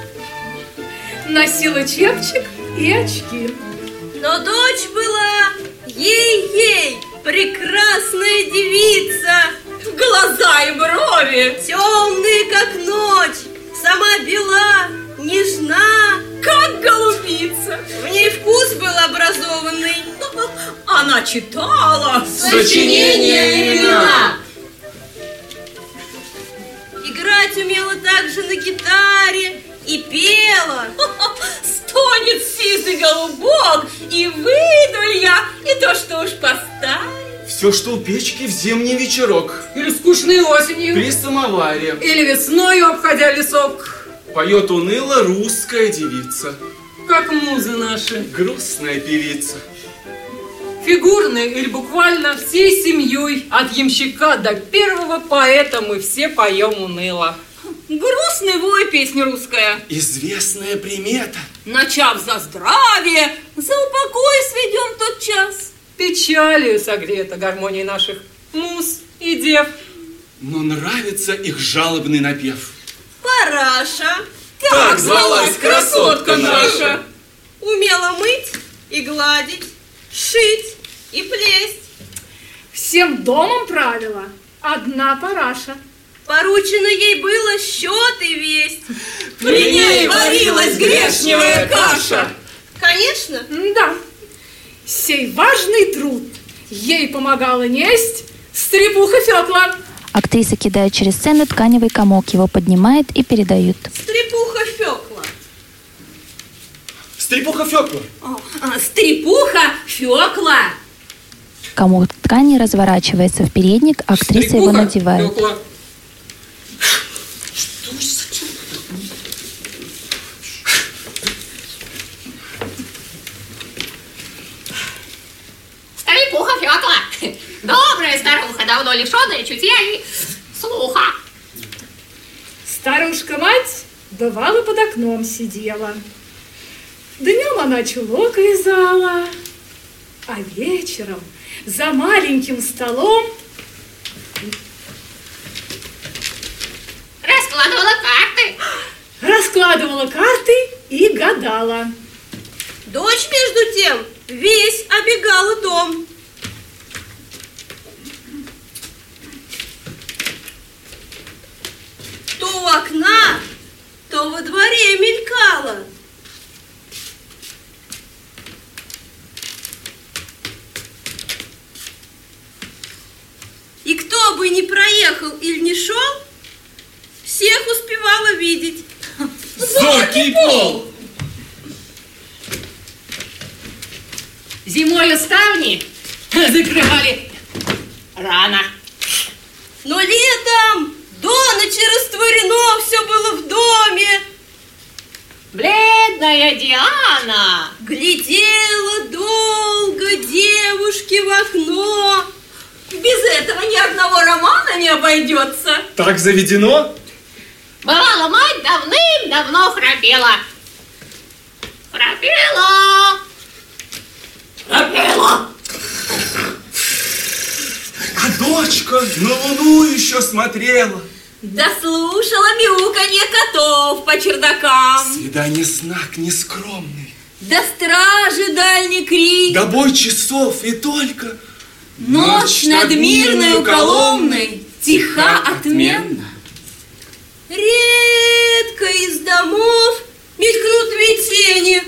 Speaker 3: Носила чепчик и очки.
Speaker 5: Но дочь была ей-ей, прекрасная девица. Глаза и брови темные, как ночь, сама бела, нежна, как голубица. В ней вкус был образованный. Она читала
Speaker 4: Сочинения имена.
Speaker 5: Играть умела также на гитаре и пела. Стонет сизый голубок, и выйду я, и то, что уж поставь.
Speaker 2: Все, что у печки в зимний вечерок.
Speaker 4: Или скучной осенью.
Speaker 2: При самоваре.
Speaker 4: Или весною, обходя лесок.
Speaker 2: Поет уныло русская девица.
Speaker 4: Как музы наши.
Speaker 2: Грустная певица.
Speaker 4: Фигурно или буквально всей семьей, от ямщика до первого поэта, мы все поем уныло.
Speaker 5: Грустный вой, песня русская.
Speaker 2: Известная примета.
Speaker 5: Начав за здравие, за упокой сведем тот час.
Speaker 4: Печалью согрета гармония наших муз и дев.
Speaker 2: Но нравится их жалобный напев.
Speaker 5: Параша,
Speaker 2: Так звалась красотка наша.
Speaker 5: умела мыть и гладить, шить и плесть.
Speaker 3: Всем домом правила одна Параша.
Speaker 5: Поручено ей было счеты весть.
Speaker 4: При ней варилась грешневая каша.
Speaker 5: Конечно.
Speaker 3: Да, сей важный труд ей помогала несть стрепуха Фёкла.
Speaker 1: Актриса кидает через сцену тканевый комок, его поднимает и передают.
Speaker 5: Стрепуха Фёкла.
Speaker 2: Стрепуха Фёкла.
Speaker 5: Стрепуха Фёкла.
Speaker 1: Комок ткани разворачивается в передник, актриса его надевает.
Speaker 4: Фёкла.
Speaker 10: Стрепуха Фёкла, добрая старуха, давно лишённая чутья и слуха.
Speaker 3: Старушка-мать бывало под окном сидела. Днем она чулок вязала, а вечером за маленьким столом раскладывала карты и гадала.
Speaker 5: Дочь, между тем, весь обегала дом. То у окна, то во дворе мелькала. И кто бы ни проехал или не шел, всех успевала видеть.
Speaker 2: Зоркий пол.
Speaker 10: Зимою ставни закрывали рано.
Speaker 5: Но летом до ночи растворено все было в доме.
Speaker 10: Бледная Диана
Speaker 5: Глядела долго девушке в окно. Без этого ни одного романа не обойдется.
Speaker 2: Так заведено?
Speaker 10: бывала мать давным-давно храпела. Храпела.
Speaker 2: А дочка на луну еще смотрела.
Speaker 5: Да слушала мяуканье котов по чердакам.
Speaker 2: Свидание знак нескромный.
Speaker 5: Да стражи дальний крик.
Speaker 2: До бой часов и только
Speaker 5: Ночь над мирною Коломной тиха отменно. Редко из домов мелькнут две тени.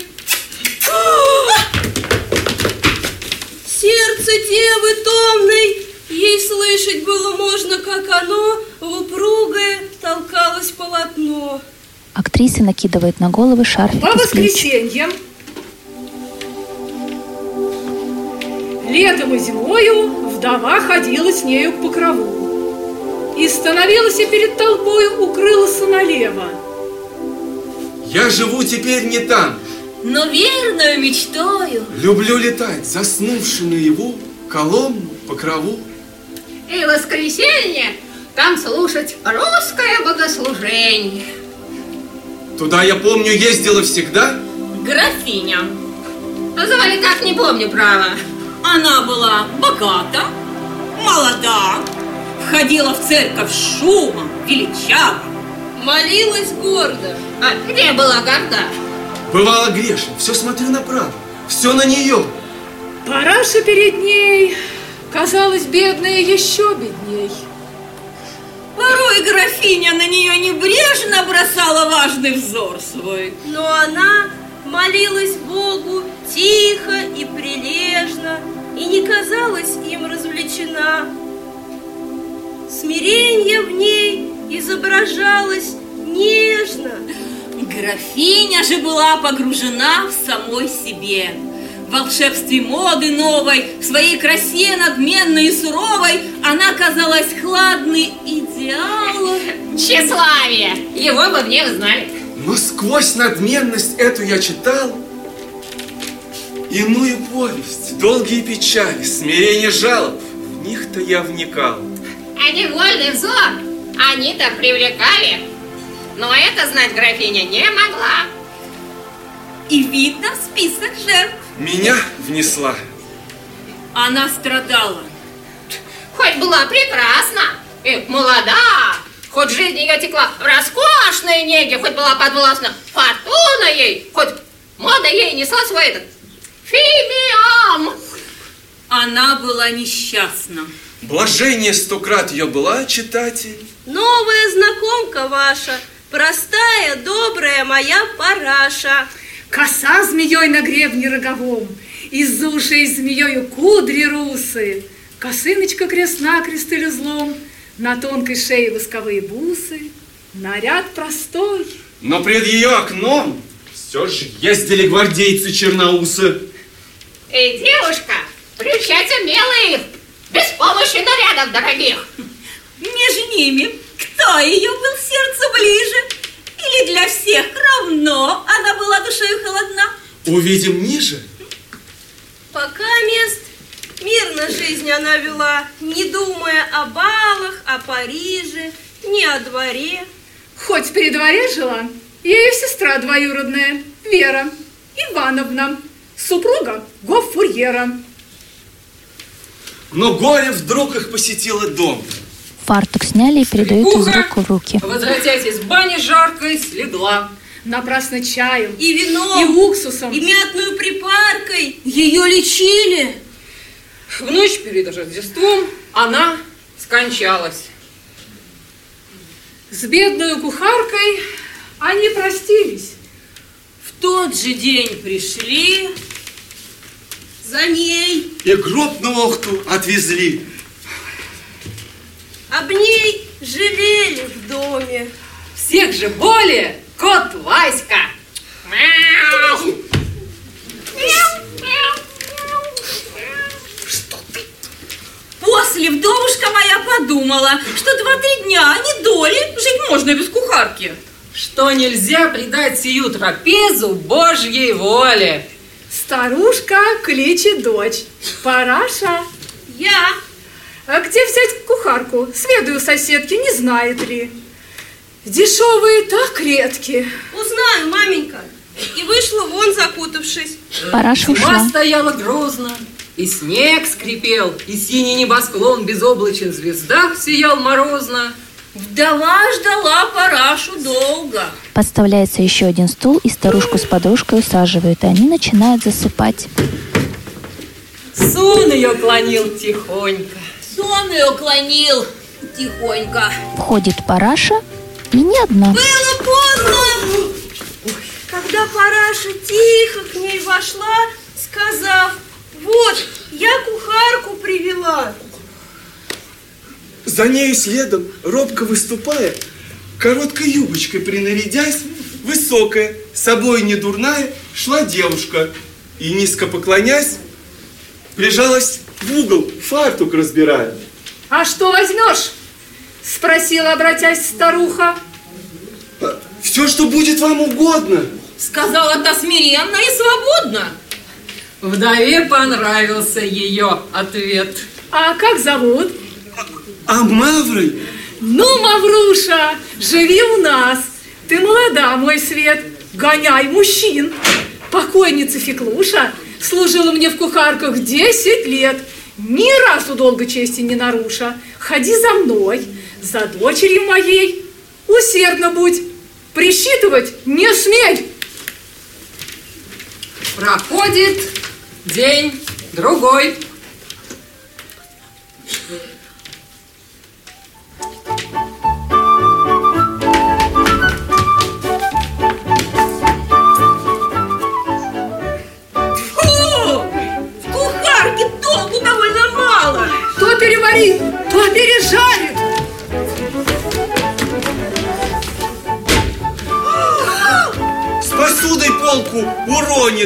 Speaker 5: Сердце девы томной ей слышать было можно, как оно в упругое толкалось полотно.
Speaker 1: Актриса накидывает на головы шарфик
Speaker 3: По
Speaker 1: из плеч.
Speaker 3: воскресеньям Летом и зимою вдова ходила с нею к покрову и становилась и перед толпою укрылась налево.
Speaker 2: Я живу теперь не там,
Speaker 5: но верною мечтою
Speaker 2: люблю летать, заснувши наяву, Коломну, Покрову.
Speaker 10: И в воскресенье там слушать русское богослужение.
Speaker 2: Туда, я помню, ездила всегда
Speaker 5: графиня.
Speaker 10: Звали как, не помню, право.
Speaker 5: Она была богата, молода, входила в церковь с шумом, величаво, молилась гордо.
Speaker 10: А где была горда?
Speaker 2: Бывало грешно, все смотрю направо, все на нее.
Speaker 3: Параша перед ней казалась бедная еще бедней.
Speaker 5: Порой графиня на нее небрежно бросала важный взор свой. Но она молилась Богу тихо и прилежно, и не казалась им развлечена. Смирение в ней изображалось нежно. Графиня же была погружена в самой себе. В волшебстве моды новой, в своей красе надменной и суровой, она казалась хладной идеалом.
Speaker 10: Тщеславие! Его бы мне узнали.
Speaker 2: Но сквозь надменность эту я читал иную повесть, долгие печали, смирение жалоб. В них-то я вникал.
Speaker 10: А невольный взор они-то привлекали. Но это знать графиня не могла.
Speaker 5: И видно в список жертв.
Speaker 2: Меня внесла.
Speaker 5: Она страдала.
Speaker 10: Хоть была прекрасна и молода, хоть жизнь ее текла в роскошной неге, хоть была подвластна фортуна ей, хоть мода ей несла свой этот фимиам.
Speaker 5: Она была несчастна.
Speaker 2: Блажение 100 крат ее была, читатель.
Speaker 11: Новая знакомка ваша, простая, добрая моя Параша.
Speaker 3: Коса змеей на гребне роговом, из ушей змеёю кудри русые, косыночка крест-накрест или злом, на тонкой шее восковые бусы, наряд простой.
Speaker 2: Но пред ее окном все же ездили гвардейцы черноусы.
Speaker 10: И девушка прельщать умела их, без помощи нарядов дорогих.
Speaker 5: Между ними кто ее был сердцу ближе? Или для всех равно она была душою холодна?
Speaker 2: Увидим ниже.
Speaker 11: Пока мест мирно жизнь она вела, не думая о балах, о Париже, ни о дворе.
Speaker 3: Хоть при дворе жила, ее сестра двоюродная, Вера Ивановна, супруга гоффурьера.
Speaker 2: Но горе вдруг их посетило дом.
Speaker 1: Фартук сняли и передают из рук в руки.
Speaker 4: Возвратясь из бани жаркой, слегла.
Speaker 3: Напрасно чаем
Speaker 11: и вином,
Speaker 3: и уксусом,
Speaker 11: и мятную припаркой ее лечили.
Speaker 4: В ночь перед Рождеством она скончалась.
Speaker 3: С бедной кухаркой они простились.
Speaker 5: В тот же день пришли
Speaker 11: за ней.
Speaker 2: И гроб на Охту отвезли.
Speaker 11: Об ней жалели в доме.
Speaker 4: Всех же более кот Васька.
Speaker 10: Мяу.
Speaker 5: Что ты? После вдовушка моя подумала, что 2-3 дня, не доли, жить можно без кухарки.
Speaker 4: Что нельзя предать сию трапезу Божьей воле.
Speaker 3: Старушка кличет дочь. Параша.
Speaker 11: Я.
Speaker 3: А где взять кухарку? Сведаю соседки, не знает ли. Дешевые так редки.
Speaker 11: Узнаю, маменька. И вышла вон, закутавшись.
Speaker 1: Параша ушла.
Speaker 4: Зима стояла грозно, и снег скрипел, и синий небосклон безоблачен в звездах сиял морозно.
Speaker 5: Вдова ждала Парашу долго.
Speaker 1: Подставляется еще один стул, и старушку с подружкой усаживают, и они начинают засыпать.
Speaker 4: Сон ее клонил тихонько.
Speaker 5: Сон ее клонил тихонько.
Speaker 1: Входит Параша, и не одна.
Speaker 11: Было поздно. Когда Параша тихо к ней вошла, сказав: вот, я кухарку привела.
Speaker 2: За нею следом, робко выступая, короткой юбочкой принарядясь, высокая, собой не дурная, шла девушка и, низко поклонясь, прижалась в угол фартук разбирает.
Speaker 3: А что возьмешь? Спросила, обратясь старуха.
Speaker 2: Все, что будет вам угодно.
Speaker 10: Сказала-то смиренно и свободно.
Speaker 4: Вдове понравился ее ответ.
Speaker 3: А как зовут?
Speaker 2: А Маврой?
Speaker 3: Ну, Мавруша, живи у нас. Ты молода, мой свет. Гоняй мужчин. Покойница Феклуша служила мне в кухарках 10 лет. Ни разу долго чести не наруша. Ходи за мной, за дочерью моей. Усердно будь. Присчитывать не смей.
Speaker 4: Проходит день, другой.
Speaker 3: То переварит, то пережарит.
Speaker 2: С посудой полку уронит.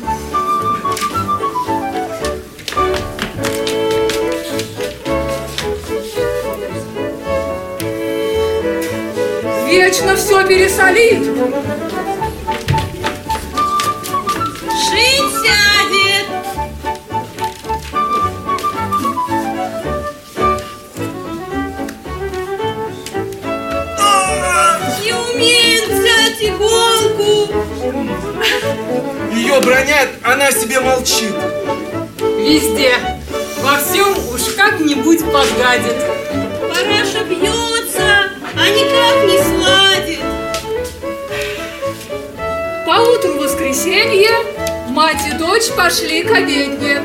Speaker 3: Вечно все пересолит.
Speaker 11: Шить сядет. Не умеет взять иголку.
Speaker 2: Ее бронят, она себе молчит.
Speaker 4: Везде, во всем уж как-нибудь подгадит.
Speaker 11: Параша бьется, а никак не сладит.
Speaker 3: Поутру воскресенье мать и дочь пошли к обедне.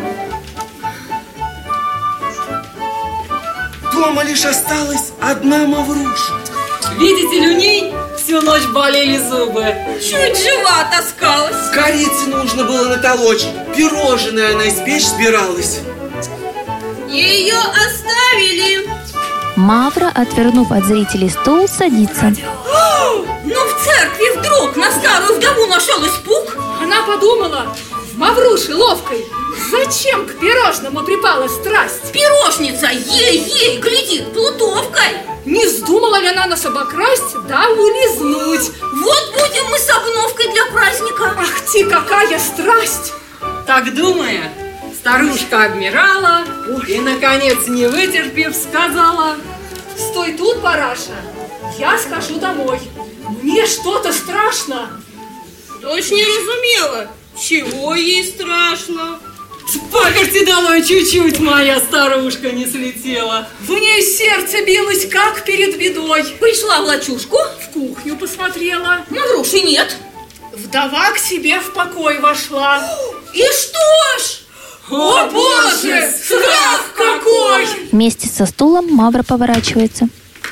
Speaker 2: Дома лишь осталась одна Мавруша.
Speaker 4: Видите ли, у ней всю ночь болели зубы.
Speaker 11: Чуть жива таскалась.
Speaker 2: Корицы нужно было натолочь. Пирожное она испечь собиралась.
Speaker 11: Ее оставили.
Speaker 1: Мавра, отвернув от зрителей стол, садится.
Speaker 10: Ну в церкви вдруг на старую вдову нашел испуг.
Speaker 3: Она подумала, в Мавруше ловкой, зачем к пирожному припала страсть?
Speaker 10: Пирожница ей-ей глядит плутовкой.
Speaker 3: Не вздумала ли она нас обокрасть, да улизнуть?
Speaker 10: Вот будем мы с обновкой для праздника.
Speaker 3: Ах ты, какая страсть!
Speaker 4: Так думая, старушка обмирала и, наконец, не вытерпев, сказала:
Speaker 3: Стой тут, Параша, я схожу домой. Мне что-то страшно.
Speaker 11: Дочь не разумела, чего ей страшно.
Speaker 4: С паперти долой чуть-чуть моя старушка не слетела.
Speaker 3: В ней сердце билось, как перед бедой.
Speaker 10: Пришла в лачушку,
Speaker 3: В кухню посмотрела.
Speaker 10: Мавруши нет.
Speaker 3: Вдова к себе в покой вошла.
Speaker 10: И что ж?
Speaker 3: О, Боже, страх какой!
Speaker 1: Вместе со стулом Мавра поворачивается.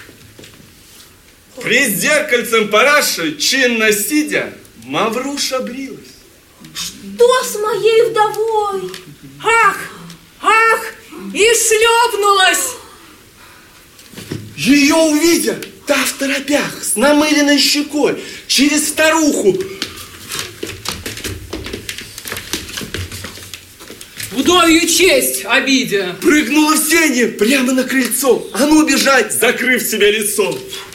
Speaker 2: Пред зеркальцем Параши, чинно сидя, Мавруша брилась.
Speaker 10: Что с моей вдовой?
Speaker 3: Ах, ах, и шлепнулась.
Speaker 2: Ее увидя, та в торопях, с намыленной щекой, через старуху.
Speaker 4: Вдовью честь обидя.
Speaker 2: Прыгнула в сени прямо на крыльцо. А ну бежать, закрыв себе лицо.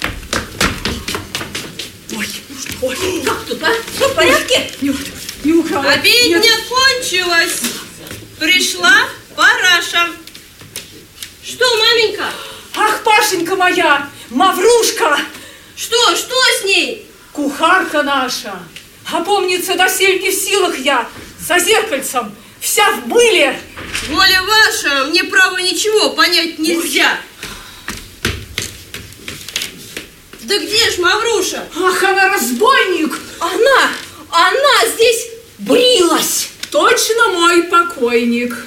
Speaker 3: Ой,
Speaker 10: Как тут, а? Все в порядке?
Speaker 3: не украла.
Speaker 11: Обедня кончилась. Пришла Параша. Что, маменька?
Speaker 3: Ах, Пашенька моя, Маврушка,
Speaker 11: Что с ней?
Speaker 3: кухарка наша. А помнится, досель не в силах я, за зеркальцем, вся в мыле.
Speaker 11: Воля ваша, мне право ничего понять нельзя. Да где ж Мавруша?
Speaker 3: Ах, она разбойник.
Speaker 10: Она здесь брилась.
Speaker 3: Точно мой покойник.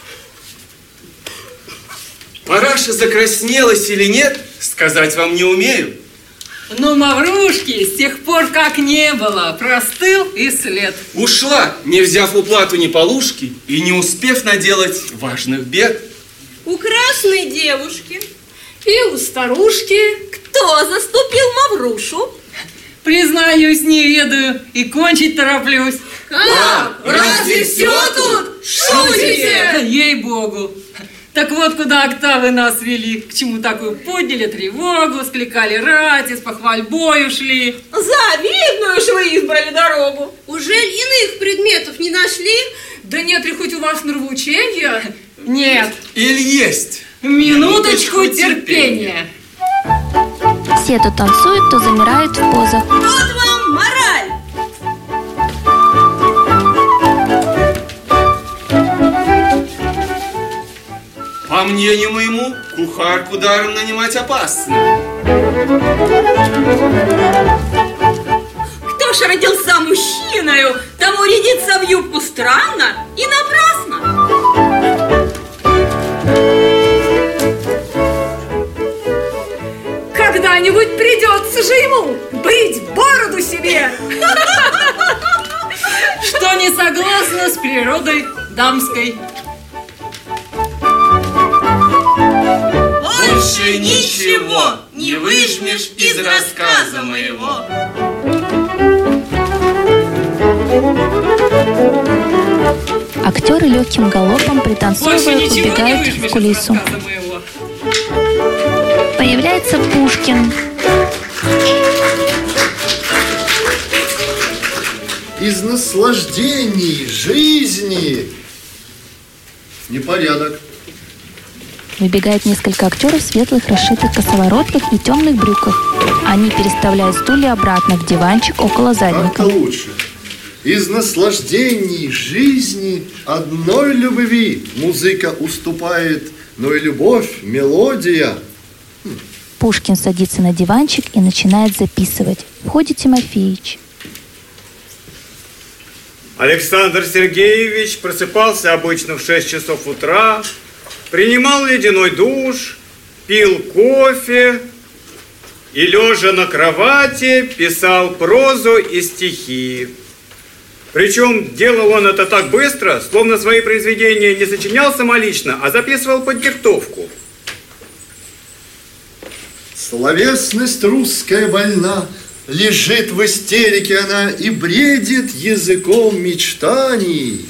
Speaker 2: Параша закраснелась или нет, сказать вам не умею.
Speaker 4: Но Маврушки с тех пор как не было, простыл и след.
Speaker 2: Ушла, не взяв уплату ни полушки и не успев наделать важных бед.
Speaker 11: У красной девушки.
Speaker 3: И у старушки.
Speaker 10: Кто заступил Маврушу?
Speaker 4: Признаюсь, не ведаю и кончить тороплюсь.
Speaker 11: Как? Разве все тут? Шутите?
Speaker 4: Ей-богу. Так вот, куда октавы нас вели, к чему такую подняли тревогу, скликали рати, с похвальбой ушли.
Speaker 11: Завидную ж вы избрали дорогу.
Speaker 8: Уже иных предметов не нашли?
Speaker 3: Да нет ли хоть у вас нравоучения?
Speaker 4: Нет.
Speaker 2: Или есть?
Speaker 4: Минуточку терпения.
Speaker 1: Все то танцуют, то замирают в позах.
Speaker 11: Вот вам мораль.
Speaker 2: По мнению моему, кухарку даром нанимать опасно.
Speaker 11: Кто ж родился мужчиною, тому рядиться в юбку странно и напрасно.
Speaker 3: Когда-нибудь придется же ему брить бороду себе.
Speaker 4: Что не согласно с природой дамской.
Speaker 2: Больше ничего не выжмешь из рассказа моего.
Speaker 1: Актеры легким галопом пританцовывая убегают в кулису. Появляется Пушкин.
Speaker 7: Из наслаждений жизни непорядок.
Speaker 1: Выбегает несколько актеров в светлых расшитых косоворотках и темных брюках. Они переставляют стулья обратно в диванчик около задника.
Speaker 7: Как-то лучше. Из наслаждений жизни одной любви музыка уступает, но и любовь, мелодия.
Speaker 1: Пушкин садится на диванчик и начинает записывать. Входит Тимофеич.
Speaker 6: Александр Сергеевич просыпался обычно в 6 часов утра, принимал ледяной душ, пил кофе и, лежа на кровати, писал прозу и стихи. Причем делал он это так быстро, словно свои произведения не сочинял самолично, а записывал под диктовку.
Speaker 7: Словесность русская больна, лежит в истерике она и бредит языком мечтаний.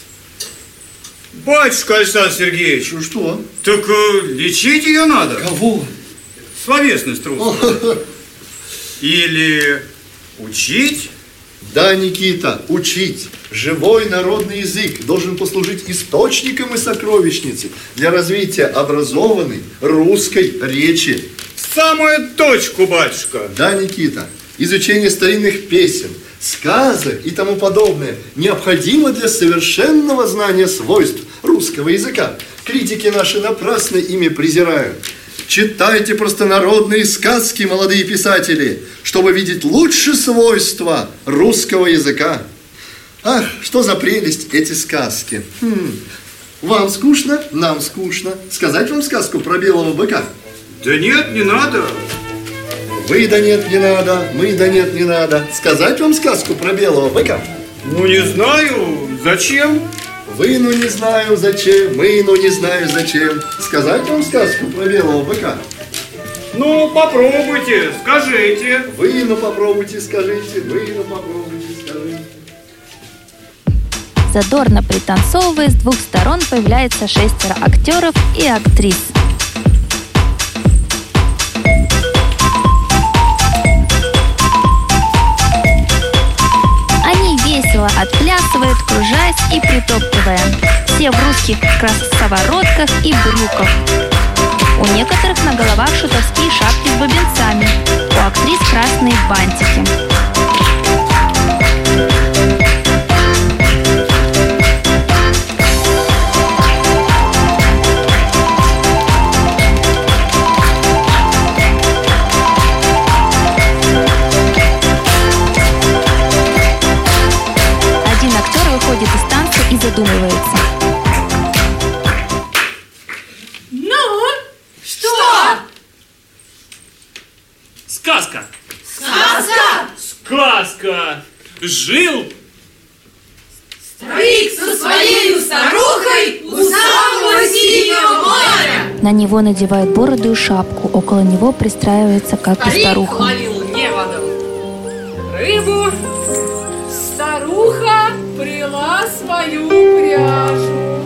Speaker 6: Батюшка Александр Сергеевич,
Speaker 7: Ну что?
Speaker 6: так лечить ее надо.
Speaker 7: Кого?
Speaker 6: Словесность русская. Или учить?
Speaker 7: Да, Никита, учить. Живой народный язык должен послужить источником и сокровищницей для развития образованной русской речи.
Speaker 6: В самую точку, батюшка.
Speaker 7: Да, Никита, изучение старинных песен, сказок и тому подобное необходимо для совершенного знания свойств русского языка. Критики наши напрасно ими презирают. Читайте простонародные сказки, молодые писатели, чтобы видеть лучше свойства русского языка. Ах, что за прелесть эти сказки. Вам скучно? Нам скучно. Сказать вам сказку про белого быка?
Speaker 6: Да нет, не надо.
Speaker 7: Вы да нет, не надо, мы да нет, не надо. Сказать вам сказку про белого быка?
Speaker 6: Ну, не знаю, зачем?
Speaker 7: Вы, ну не знаю зачем, мы, ну не знаю зачем. Сказать вам сказку про белого быка?
Speaker 6: Ну, попробуйте, скажите.
Speaker 7: Вы, ну попробуйте, скажите, вы, ну попробуйте, скажите.
Speaker 1: Задорно пританцовывая, с двух сторон появляется 6 актеров и актрис. Они весело отплясывают, кружась и притоптывая. Все в русских кроссоворотках и брюках. У некоторых на головах шутовские шапки с бубенцами, у актрис красные бантики. Один актер выходит из танца и задумывается.
Speaker 9: Сказка!
Speaker 11: Сказка!
Speaker 9: Сказка! Жил
Speaker 11: Старик со своей старухой у самого синего моря.
Speaker 1: На него надевают бороду и шапку. Около него пристраивается как бы
Speaker 4: Старик
Speaker 1: старуха.
Speaker 4: хвалил неводу.
Speaker 3: берегу старуха прила свою пряжу.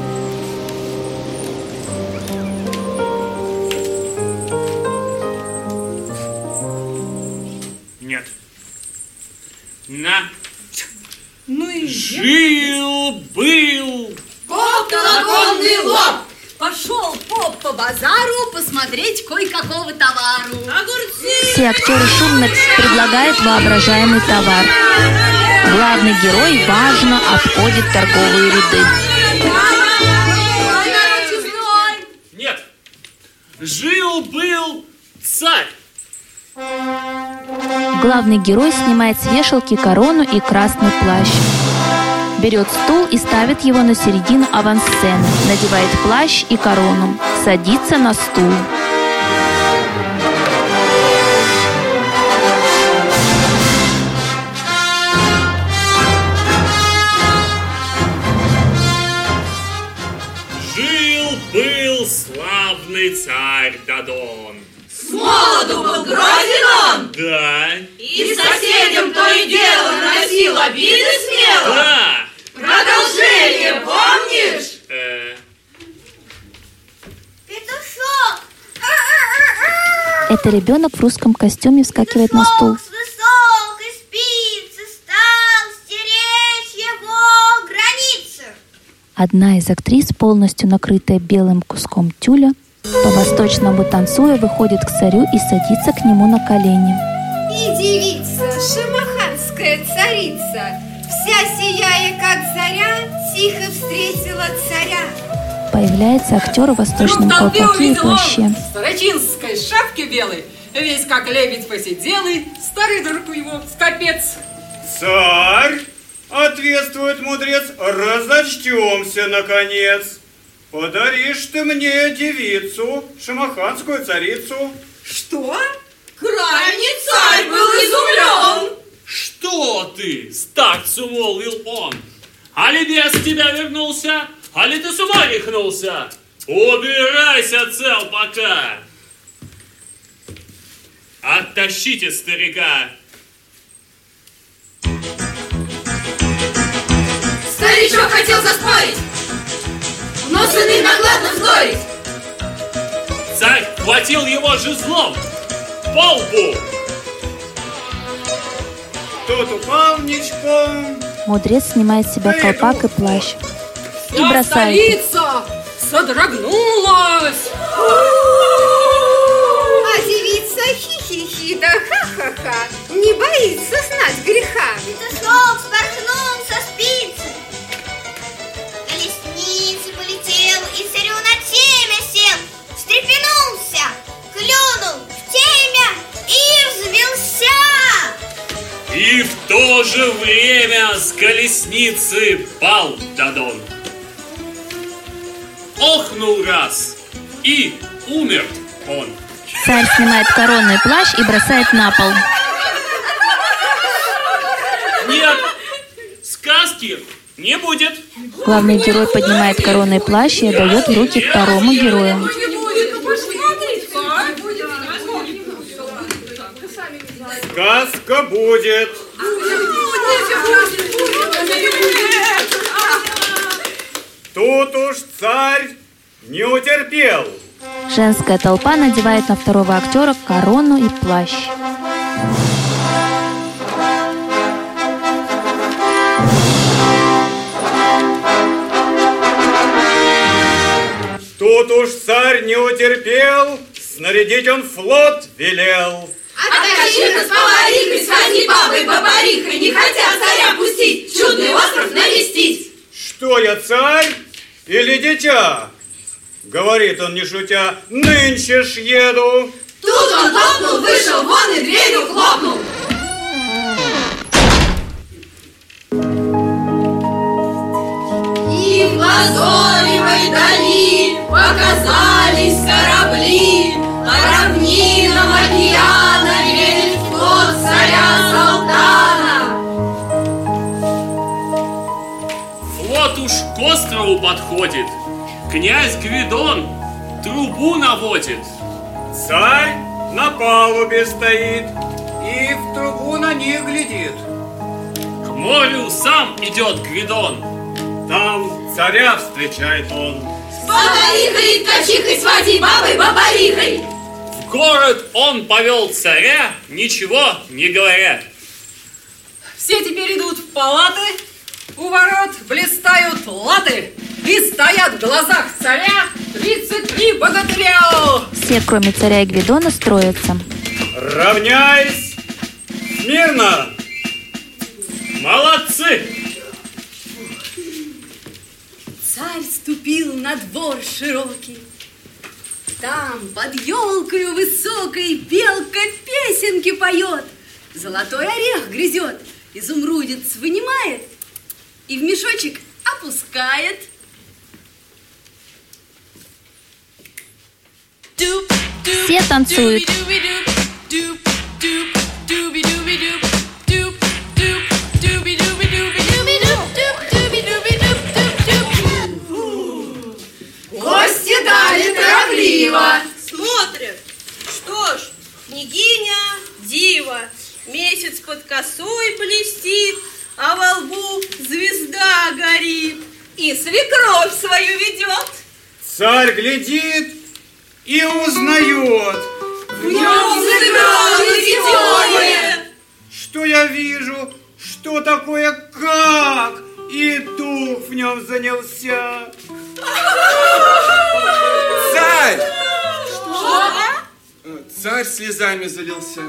Speaker 9: Нет. На.
Speaker 3: Ну и
Speaker 9: Жил-был.
Speaker 5: Поп на конный лоб. Пошел поп по базару посмотреть кое-какого товару. Огурцы!
Speaker 1: Все актеры шумно предлагают воображаемый товар. Главный герой важно обходит торговые ряды.
Speaker 9: Нет. Жил-был царь.
Speaker 1: Главный герой снимает с вешалки корону и красный плащ. Берет стул и ставит его на середину авансцены, надевает плащ и корону, садится на стул.
Speaker 9: Жил-был славный царь Дадон.
Speaker 5: С молоду был грозен он.
Speaker 9: Да.
Speaker 5: И соседям то и дело наносил обиды смело.
Speaker 9: Да.
Speaker 5: Продолжение помнишь?
Speaker 8: Петушок!
Speaker 1: Это ребенок в русском костюме вскакивает на стул.
Speaker 8: С высокой спицы стал стеречь его границы.
Speaker 1: Одна из актрис, полностью накрытая белым куском тюля, по-восточному танцуя, выходит к царю и садится к нему на колени.
Speaker 8: И девица, шамаханская царица, вся сияя, как заря, тихо встретила царя.
Speaker 1: Появляется актер в восточном колпаке и плаще.
Speaker 4: В старочинской шапке белой, весь как лебедь посиделый, старый друг его, скопец.
Speaker 6: Царь, ответствует мудрец, разочтемся, наконец. Подаришь ты мне девицу, шамаханскую царицу.
Speaker 4: Что? Крайний царь был изумлен.
Speaker 9: Что ты? Старцу молвил он. Али бес тебя вернулся, али ты с ума рехнулся? Убирайся цел пока. Оттащите старика.
Speaker 5: Старичок хотел заспорить, но сыны наглядно вздорить.
Speaker 9: Царь хватил его жезлом по лбу.
Speaker 6: Тот упал ничком.
Speaker 1: Мудрец снимает с себя колпак и плащ и бросает их.
Speaker 4: Столица содрогнулась.
Speaker 8: А девица хи-хи-хи, да ха-ха-ха, не боится знать греха. Петушок спорхнул со спицы, колесницы полетел и царю на темя сел, встрепенулся, клюнул в темя и взвелся.
Speaker 9: И в то же время с колесницы пал Дадон. Охнул раз, и умер он.
Speaker 1: Царь снимает корону и плащ и бросает на пол.
Speaker 9: Нет, сказки не будет.
Speaker 1: Главный герой поднимает корону и плащ и отдает в руки второму герою.
Speaker 6: Сказка будет. Тут уж царь не утерпел.
Speaker 1: Женская толпа надевает на второго актера корону и плащ.
Speaker 6: Тут уж царь не утерпел, снарядить он флот велел.
Speaker 5: Оттащи-ка с поварихой, сходи бабой бабарихой, не хотят царя пустить, чудный остров навестить.
Speaker 6: Что я, царь или дитя? Говорит он, не шутя, нынче ж еду.
Speaker 5: Тут он топнул, вышел вон и дверью хлопнул. И в лазоревой дали показались корабли, по равнинам океана едет флот царя Салтана.
Speaker 9: Флот уж к острову подходит. Князь Гвидон трубу наводит.
Speaker 6: Царь на палубе стоит и в трубу на них глядит.
Speaker 9: морю сам идет Гвидон.
Speaker 6: Там царя встречает он.
Speaker 5: С бабарихой, ткачихой, сватей бабой, бабарихой.
Speaker 9: В город он повел царя, ничего не говоря.
Speaker 4: Все теперь идут в палаты, у ворот блистают латы, и стоят в глазах царя 33 богатыря.
Speaker 1: Все, кроме царя и Гвидона, строятся.
Speaker 6: Равняйсь! Смирно!
Speaker 9: Молодцы!
Speaker 5: Царь ступил на двор широкий. Там под елкою высокой белка песенки поет, золотой орех грызет, изумрудец вынимает и в мешочек опускает.
Speaker 1: Все танцуют.
Speaker 5: Гости дали торопливо.
Speaker 11: Смотрят. Что ж, княгиня дива. Месяц под косой блестит, а во лбу звезда горит. И свекровь свою ведет.
Speaker 6: Царь глядит и узнает.
Speaker 5: В нем взыграло веселье.
Speaker 6: Что я вижу? Что такое как? И дух в нем занялся.
Speaker 2: Царь!
Speaker 11: Что?
Speaker 2: Царь слезами залился.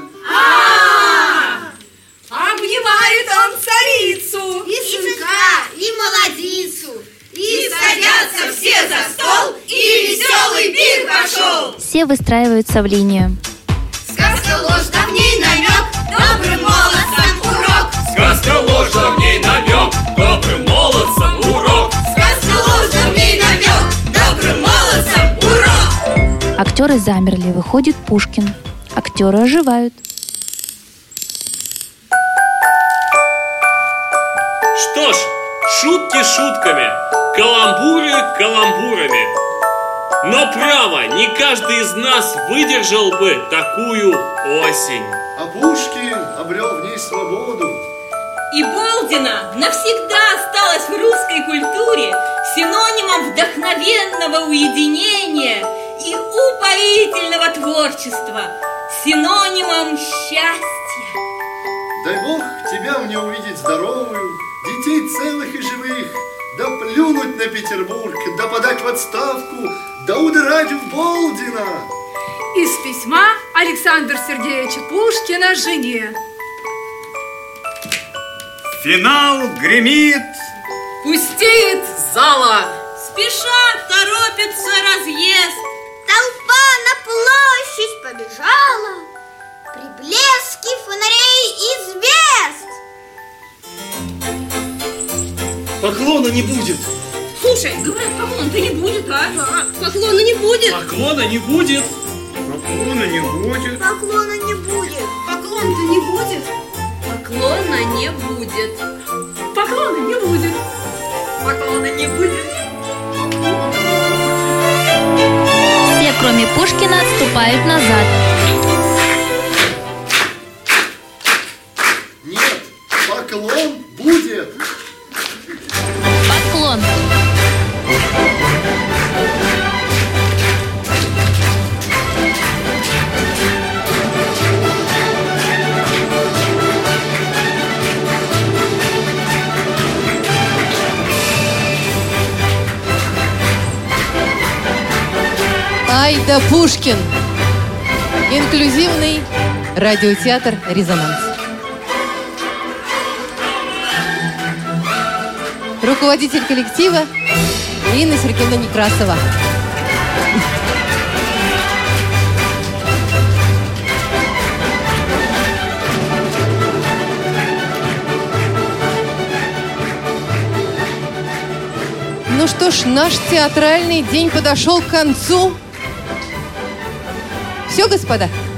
Speaker 5: Обнимает он царицу.
Speaker 8: И сынка, и молодицу. И садятся все за стол, и веселый пир пошел.
Speaker 1: Все выстраиваются в линию.
Speaker 8: Сказка ложь, да в ней намек, добрым молодцам урок.
Speaker 9: Сказка ложь, да в ней намек, добрым молодцам урок.
Speaker 8: Сказка ложь, да в ней намек, добрым молодцам урок.
Speaker 1: Актеры замерли, выходит Пушкин. Актеры оживают.
Speaker 9: Что ж, шутки шутками, каламбуры каламбурами. Но право, не каждый из нас выдержал бы такую осень.
Speaker 7: А Пушкин обрел в ней свободу.
Speaker 5: И Болдина навсегда осталась в русской культуре синонимом вдохновенного уединения и упоительного творчества, синонимом счастья.
Speaker 7: Дай Бог тебя мне увидеть здоровую, детей целых и живых, да плюнуть на Петербург, да подать в отставку, да удрать в Болдина.
Speaker 3: Из письма Александра Сергеевича Пушкина жене.
Speaker 6: Финал гремит.
Speaker 4: Пустеет зала.
Speaker 11: Спешат, торопится разъезд.
Speaker 8: Толпа на площадь побежала при блеске фонарей и звезд.
Speaker 2: Поклона не будет.
Speaker 5: Слушай, говорят, поклон-то не будет, а? Поклона не будет.
Speaker 9: Поклона не будет.
Speaker 6: Поклона не будет.
Speaker 8: Поклона не будет.
Speaker 5: Поклон-то не будет. Поклона не будет.
Speaker 3: Поклона не будет.
Speaker 5: Поклона не будет.
Speaker 1: Все, кроме Пушкина, отступают назад.
Speaker 7: Нет, поклон будет.
Speaker 1: Поклон.
Speaker 12: Айда Пушкин. Инклюзивный радиотеатр «Резонанс». Руководитель коллектива Ирина Сергеевна Некрасова. Ну что ж, наш театральный день подошел к концу. Все, господа?